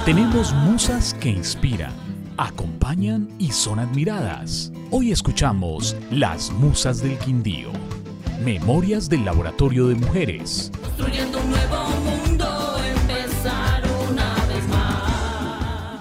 Tenemos musas que inspiran, acompañan y son admiradas. Hoy escuchamos Las Musas del Quindío. Memorias del Laboratorio de Mujeres. Construyendo un nuevo mundo, empezar una vez más.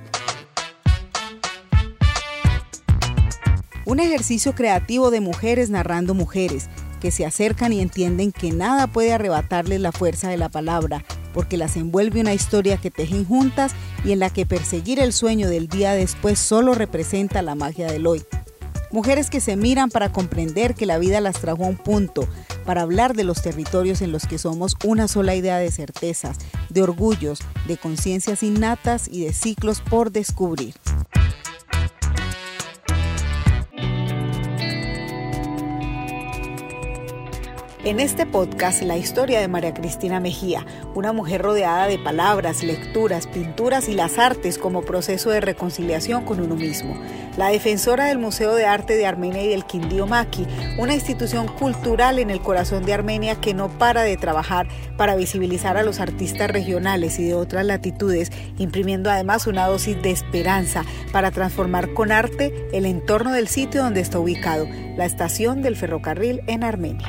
Un ejercicio creativo de mujeres narrando mujeres que se acercan y entienden que nada puede arrebatarles la fuerza de la palabra, porque las envuelve una historia que tejen juntas y en la que perseguir el sueño del día después solo representa la magia del hoy. Mujeres que se miran para comprender que la vida las trajo a un punto, para hablar de los territorios en los que somos una sola idea de certezas, de orgullos, de conciencias innatas y de ciclos por descubrir. En este podcast, la historia de María Cristina Mejía, una mujer rodeada de palabras, lecturas, pinturas y las artes como proceso de reconciliación con uno mismo. La defensora del Museo de Arte de Armenia y del Quindío Maqui, una institución cultural en el corazón de Armenia que no para de trabajar para visibilizar a los artistas regionales y de otras latitudes, imprimiendo además una dosis de esperanza para transformar con arte el entorno del sitio donde está ubicado, la estación del ferrocarril en Armenia.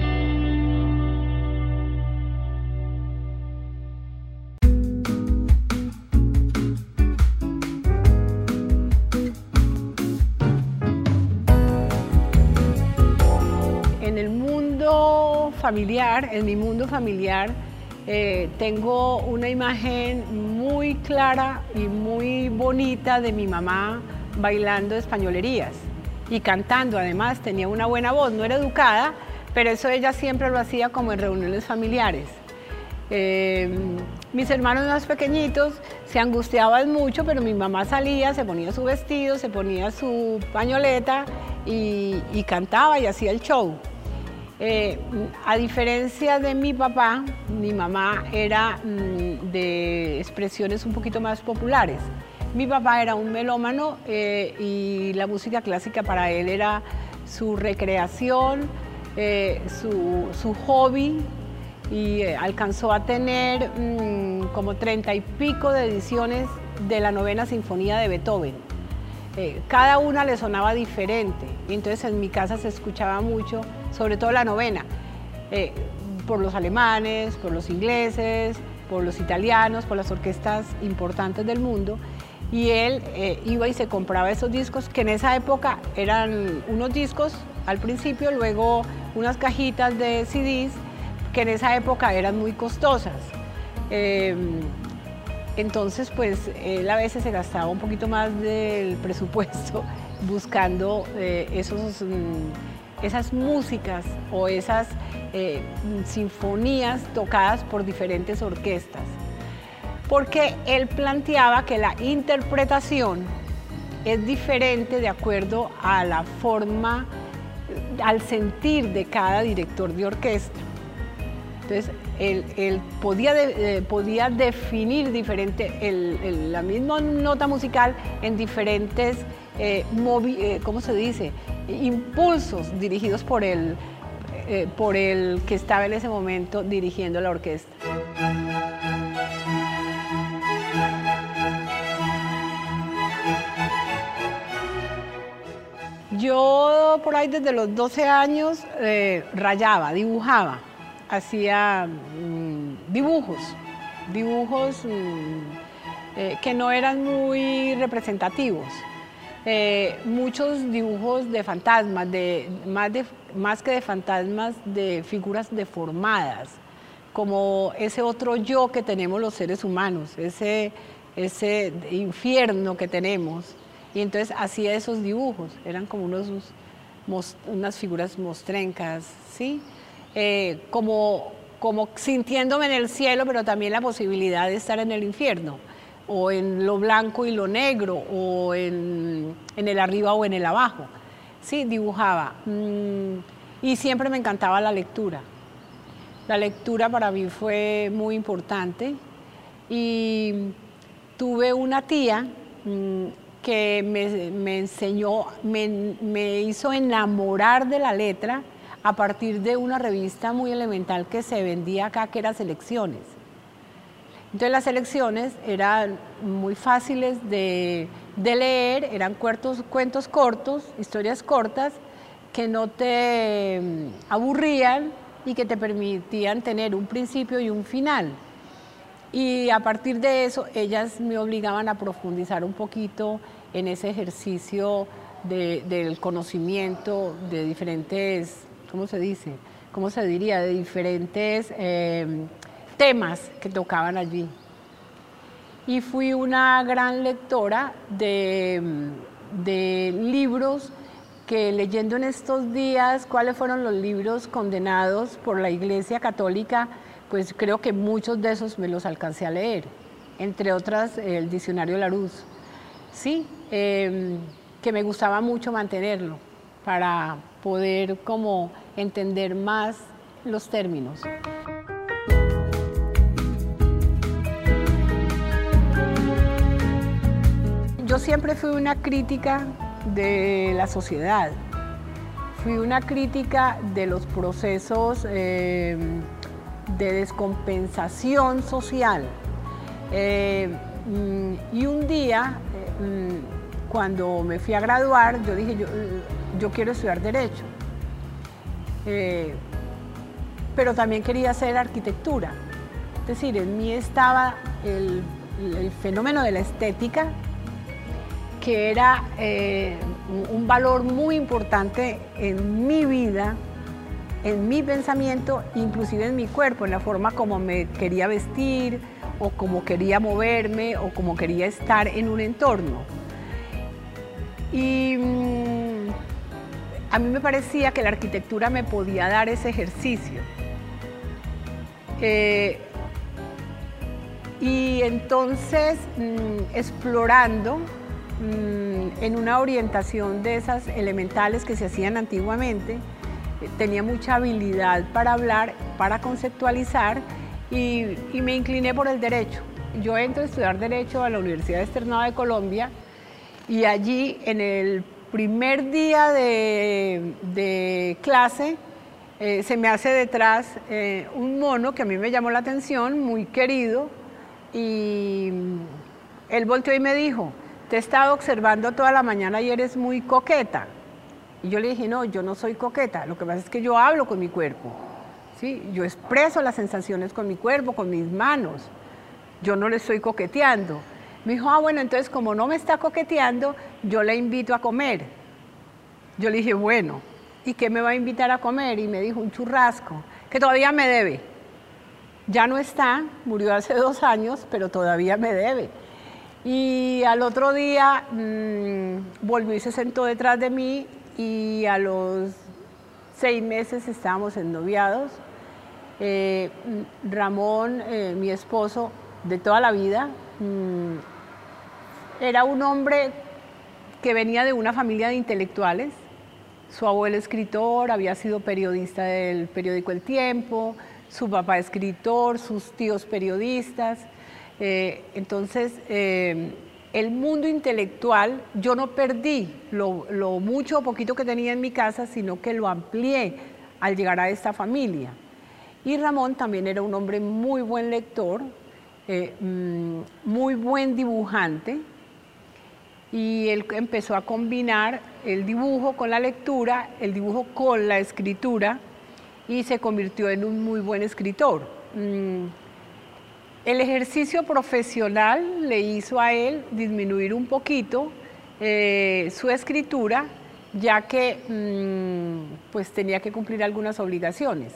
En mi mundo familiar, tengo una imagen muy clara y muy bonita de mi mamá bailando españolerías y cantando. Además, tenía una buena voz, no era educada, pero eso ella siempre lo hacía como en reuniones familiares. Mis hermanos más pequeñitos se angustiaban mucho, pero mi mamá salía, se ponía su vestido, se ponía su pañoleta y cantaba y hacía el show. A diferencia de mi papá, mi mamá era de expresiones un poquito más populares. Mi papá era un melómano y la música clásica para él era su recreación, su hobby, y alcanzó a tener como 30 y pico de ediciones de la Novena Sinfonía de Beethoven. Cada una le sonaba diferente, y entonces en mi casa se escuchaba mucho, sobre todo la novena, por los alemanes, por los ingleses, por los italianos, por las orquestas importantes del mundo, y él iba y se compraba esos discos, que en esa época eran unos discos al principio, luego unas cajitas de CDs, que en esa época eran muy costosas. Entonces, pues, él a veces se gastaba un poquito más del presupuesto buscando esas músicas o esas sinfonías tocadas por diferentes orquestas. Porque él planteaba que la interpretación es diferente de acuerdo a la forma, al sentir de cada director de orquesta. Entonces, él podía definir diferente la misma nota musical en diferentes, ¿cómo se dice?, impulsos dirigidos por el que estaba en ese momento dirigiendo la orquesta. Yo por ahí desde los 12 años rayaba, dibujaba. Hacía dibujos que no eran muy representativos. Muchos dibujos de fantasmas, más que de fantasmas, de figuras deformadas, como ese otro yo que tenemos los seres humanos, ese infierno que tenemos. Y entonces hacía esos dibujos, eran como unas figuras mostrencas, ¿sí? Como sintiéndome en el cielo, pero también la posibilidad de estar en el infierno, o en lo blanco y lo negro, o en el arriba o en el abajo. Sí, dibujaba. Y siempre me encantaba la lectura. La lectura para mí fue muy importante. Y tuve una tía que me enseñó, me hizo enamorar de la letra a partir de una revista muy elemental que se vendía acá, que era Selecciones. Entonces las elecciones eran muy fáciles de leer, eran cuentos cortos, historias cortas, que no te aburrían y que te permitían tener un principio y un final. Y a partir de eso, ellas me obligaban a profundizar un poquito en ese ejercicio del conocimiento de diferentes, ¿cómo se dice? ¿Cómo se diría? De diferentes temas que tocaban allí. Y fui una gran lectora de libros que, leyendo en estos días cuáles fueron los libros condenados por la Iglesia Católica, pues creo que muchos de esos me los alcancé a leer, entre otras el Diccionario Larousse. Sí, que me gustaba mucho mantenerlo para poder como entender más los términos. Yo siempre fui una crítica de la sociedad, fui una crítica de los procesos de descompensación social. Y un día, cuando me fui a graduar, yo dije, yo quiero estudiar Derecho, pero también quería hacer arquitectura. Es decir, en mí estaba el fenómeno de la estética, que era un valor muy importante en mi vida, en mi pensamiento, inclusive en mi cuerpo, en la forma como me quería vestir, o como quería moverme, o como quería estar en un entorno. Y a mí me parecía que la arquitectura me podía dar ese ejercicio. Y entonces, explorando en una orientación de esas elementales que se hacían antiguamente, tenía mucha habilidad para hablar, para conceptualizar, y me incliné por el derecho. Yo entro a estudiar Derecho a la Universidad Externada de Colombia, y allí, en el primer día de clase, se me hace detrás un mono que a mí me llamó la atención, muy querido, y él volteó y me dijo: te he estado observando toda la mañana y eres muy coqueta. Y yo le dije: no, yo no soy coqueta, lo que pasa es que yo hablo con mi cuerpo, ¿sí? Yo expreso las sensaciones con mi cuerpo, con mis manos, yo no le estoy coqueteando. Me dijo: ah, bueno, entonces como no me está coqueteando, yo le invito a comer. Yo le dije: bueno, ¿y qué me va a invitar a comer? Y me dijo: un churrasco, que todavía me debe. Ya no está, murió hace 2 años, pero todavía me debe. Y al otro día volvió y se sentó detrás de mí, y a los 6 meses estábamos ennoviados. Ramón, mi esposo de toda la vida, era un hombre que venía de una familia de intelectuales. Su abuelo escritor, había sido periodista del periódico El Tiempo, su papá escritor, sus tíos periodistas. Entonces, el mundo intelectual, yo no perdí lo mucho o poquito que tenía en mi casa, sino que lo amplié al llegar a esta familia. Y Ramón también era un hombre muy buen lector, muy buen dibujante, y él empezó a combinar el dibujo con la lectura, el dibujo con la escritura, y se convirtió en un muy buen escritor. El ejercicio profesional le hizo a él disminuir un poquito su escritura, ya que pues tenía que cumplir algunas obligaciones.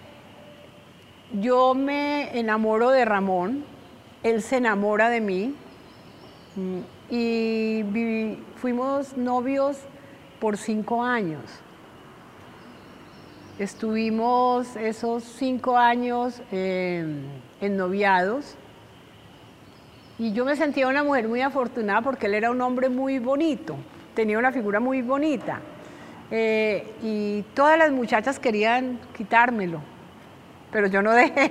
Yo me enamoro de Ramón, él se enamora de mí, y fuimos novios por 5 años. Estuvimos esos 5 años ennoviados, y yo me sentía una mujer muy afortunada porque él era un hombre muy bonito, tenía una figura muy bonita, y todas las muchachas querían quitármelo, pero yo no dejé.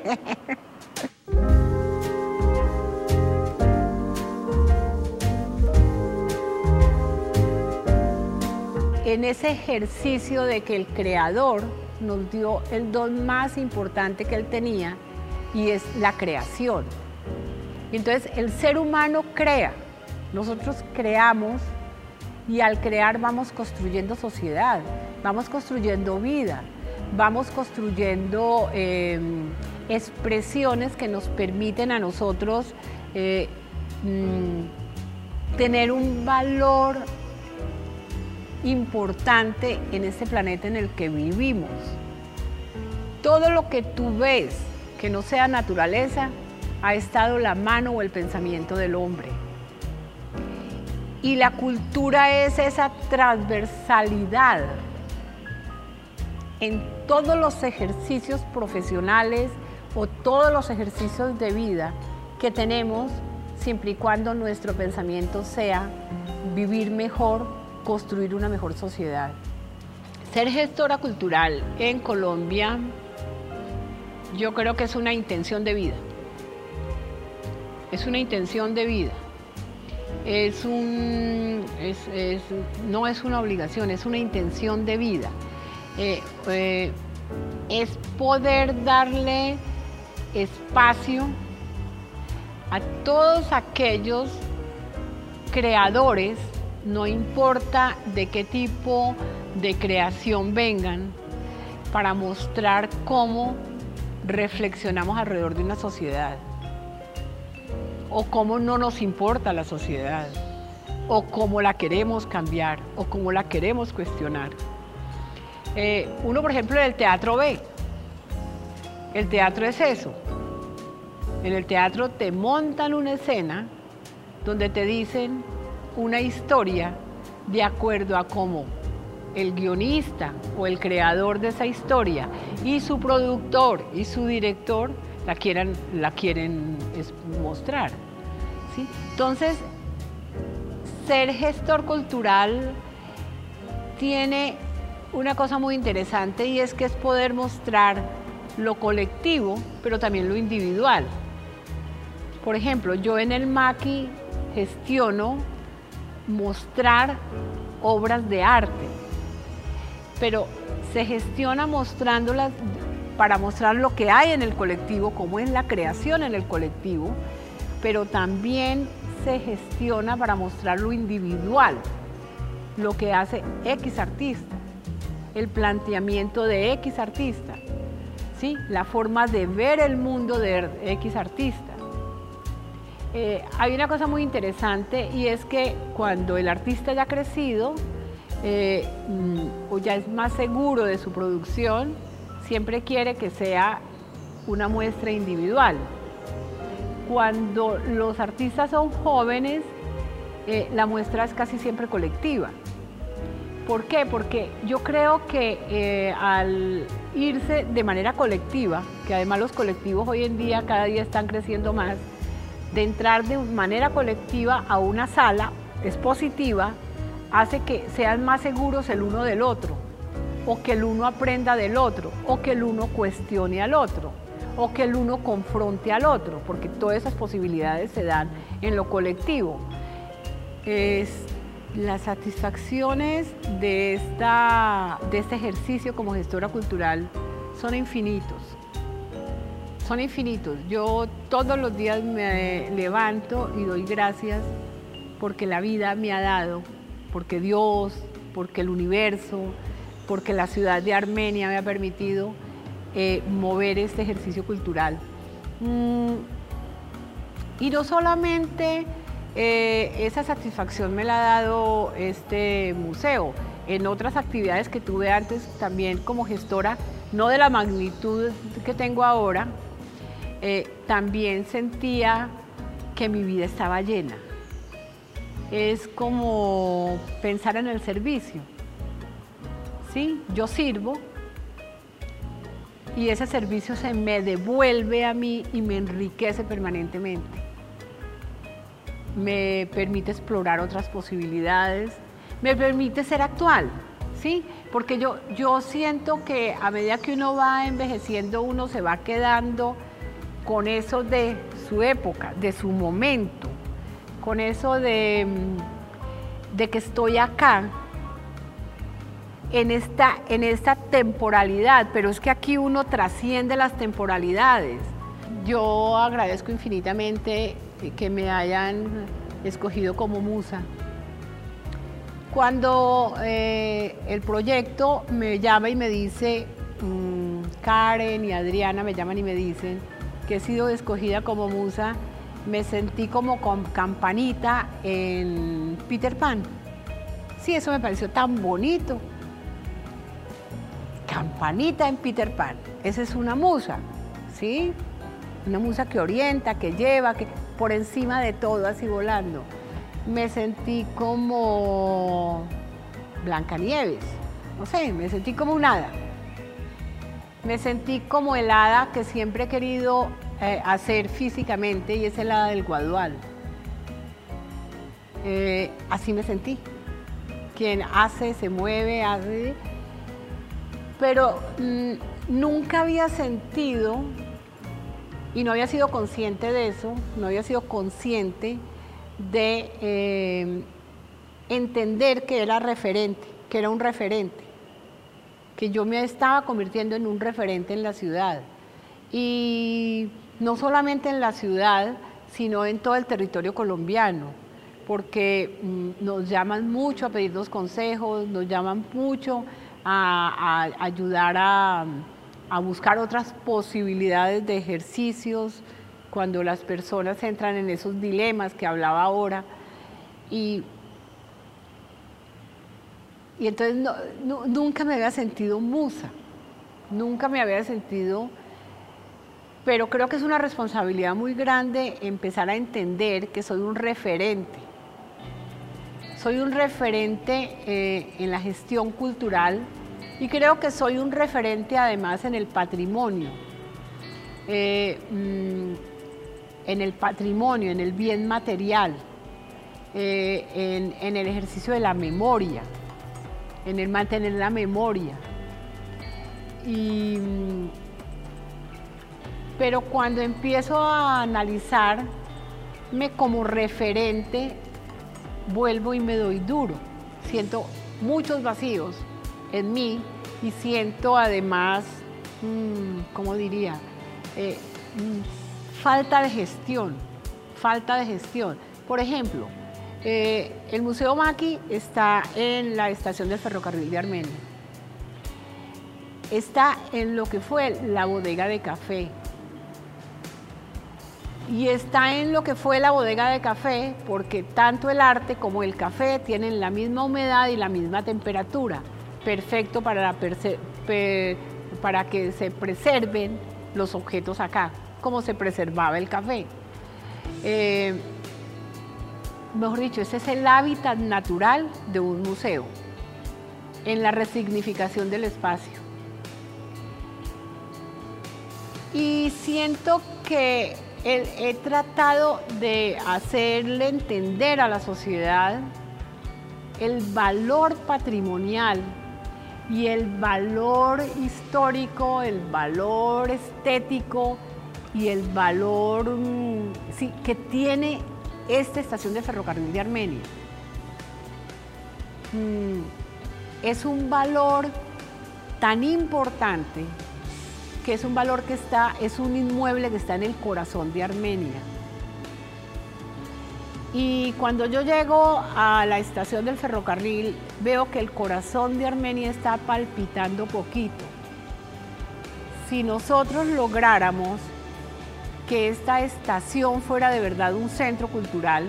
En ese ejercicio de que el Creador nos dio el don más importante que él tenía, y es la creación. Entonces el ser humano crea, nosotros creamos y al crear vamos construyendo sociedad, vamos construyendo vida, vamos construyendo expresiones que nos permiten a nosotros tener un valor importante en este planeta en el que vivimos. Todo lo que tú ves que no sea naturaleza ha estado la mano o el pensamiento del hombre. Y la cultura es esa transversalidad en todos los ejercicios profesionales o todos los ejercicios de vida que tenemos, siempre y cuando nuestro pensamiento sea vivir mejor, construir una mejor sociedad. Ser gestora cultural en Colombia, yo creo que es una intención de vida. Es una intención de vida. No es una obligación, es una intención de vida. Es poder darle espacio a todos aquellos creadores, no importa de qué tipo de creación vengan, para mostrar cómo reflexionamos alrededor de una sociedad, o cómo no nos importa la sociedad, o cómo la queremos cambiar, o cómo la queremos cuestionar. Uno, por ejemplo, en el teatro ve. El teatro es eso. En el teatro te montan una escena donde te dicen una historia de acuerdo a cómo el guionista o el creador de esa historia y su productor y su director la quieren mostrar, ¿sí? Entonces, ser gestor cultural tiene una cosa muy interesante y es que es poder mostrar lo colectivo, pero también lo individual. Por ejemplo, yo en el Maqui gestiono mostrar obras de arte, pero se gestiona mostrándolas para mostrar lo que hay en el colectivo, cómo es la creación en el colectivo, pero también se gestiona para mostrar lo individual, lo que hace X artista, el planteamiento de X artista, ¿sí? La forma de ver el mundo de X artista. Hay una cosa muy interesante y es que cuando el artista ya ha crecido o ya es más seguro de su producción, siempre quiere que sea una muestra individual. Cuando los artistas son jóvenes, la muestra es casi siempre colectiva. ¿Por qué? Porque yo creo que al irse de manera colectiva, que además los colectivos hoy en día cada día están creciendo más, de entrar de manera colectiva a una sala expositiva, hace que sean más seguros el uno del otro, o que el uno aprenda del otro, o que el uno cuestione al otro, o que el uno confronte al otro, porque todas esas posibilidades se dan en lo colectivo. Las satisfacciones de este ejercicio como gestora cultural son infinitos. Son infinitos. Yo todos los días me levanto y doy gracias porque la vida me ha dado, porque Dios, porque el universo, porque la ciudad de Armenia me ha permitido mover este ejercicio cultural. Y no solamente esa satisfacción me la ha dado este museo, en otras actividades que tuve antes también como gestora, no de la magnitud que tengo ahora, también sentía que mi vida estaba llena. Es como pensar en el servicio, ¿sí? Yo sirvo y ese servicio se me devuelve a mí y me enriquece permanentemente. Me permite explorar otras posibilidades, me permite ser actual, ¿sí? Porque yo siento que a medida que uno va envejeciendo, uno se va quedando con eso de su época, de su momento, con eso de que estoy acá, en esta temporalidad, pero es que aquí uno trasciende las temporalidades. Yo agradezco infinitamente que me hayan escogido como musa. Cuando el proyecto me llama y me dice, Karen y Adriana me llaman y me dicen que he sido escogida como musa, me sentí como con Campanita en Peter Pan. Sí, eso me pareció tan bonito. Campanita en Peter Pan. Esa es una musa, ¿sí? Una musa que orienta, que lleva, que por encima de todo, así volando. Me sentí como Blancanieves, no sé, me sentí como un hada. Me sentí como el hada que siempre he querido hacer físicamente, y es el hada del Guadual. Así me sentí. Quien hace, se mueve, hace... Pero nunca había sentido, y no había sido consciente de eso, no había sido consciente de entender que era referente, que era un referente, que yo me estaba convirtiendo en un referente en la ciudad. Y no solamente en la ciudad, sino en todo el territorio colombiano, porque nos llaman mucho a pedirnos consejos, nos llaman mucho a ayudar a buscar otras posibilidades de ejercicios cuando las personas entran en esos dilemas que hablaba ahora. Y entonces nunca me había sentido musa, nunca me había sentido, pero creo que es una responsabilidad muy grande empezar a entender que soy un referente. Soy un referente en la gestión cultural y creo que soy un referente además en el patrimonio. En el patrimonio, en el bien material, en el ejercicio de la memoria, en el mantener la memoria. Pero cuando empiezo a analizarme como referente, vuelvo y me doy duro. Siento muchos vacíos en mí y siento además, ¿cómo diría? Falta de gestión. Por ejemplo, el Museo Maki está en la estación del ferrocarril de Armenia. Está en lo que fue la bodega de café. Y está en lo que fue la bodega de café porque tanto el arte como el café tienen la misma humedad y la misma temperatura. Perfecto para que se preserven los objetos acá, como se preservaba el café. Mejor dicho, ese es el hábitat natural de un museo, en la resignificación del espacio. Y siento que he tratado de hacerle entender a la sociedad el valor patrimonial y el valor histórico, el valor estético y el valor que tiene esta estación de ferrocarril de Armenia. Es un valor tan importante que es un valor que es un inmueble que está en el corazón de Armenia. Y cuando yo llego a la estación del ferrocarril, veo que el corazón de Armenia está palpitando poquito. Si nosotros lográramos que esta estación fuera de verdad un centro cultural,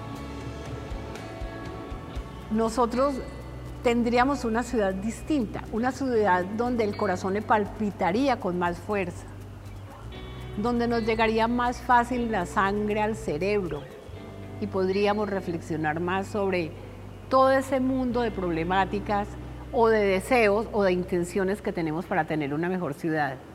nosotros tendríamos una ciudad distinta, una ciudad donde el corazón le palpitaría con más fuerza, donde nos llegaría más fácil la sangre al cerebro y podríamos reflexionar más sobre todo ese mundo de problemáticas o de deseos o de intenciones que tenemos para tener una mejor ciudad.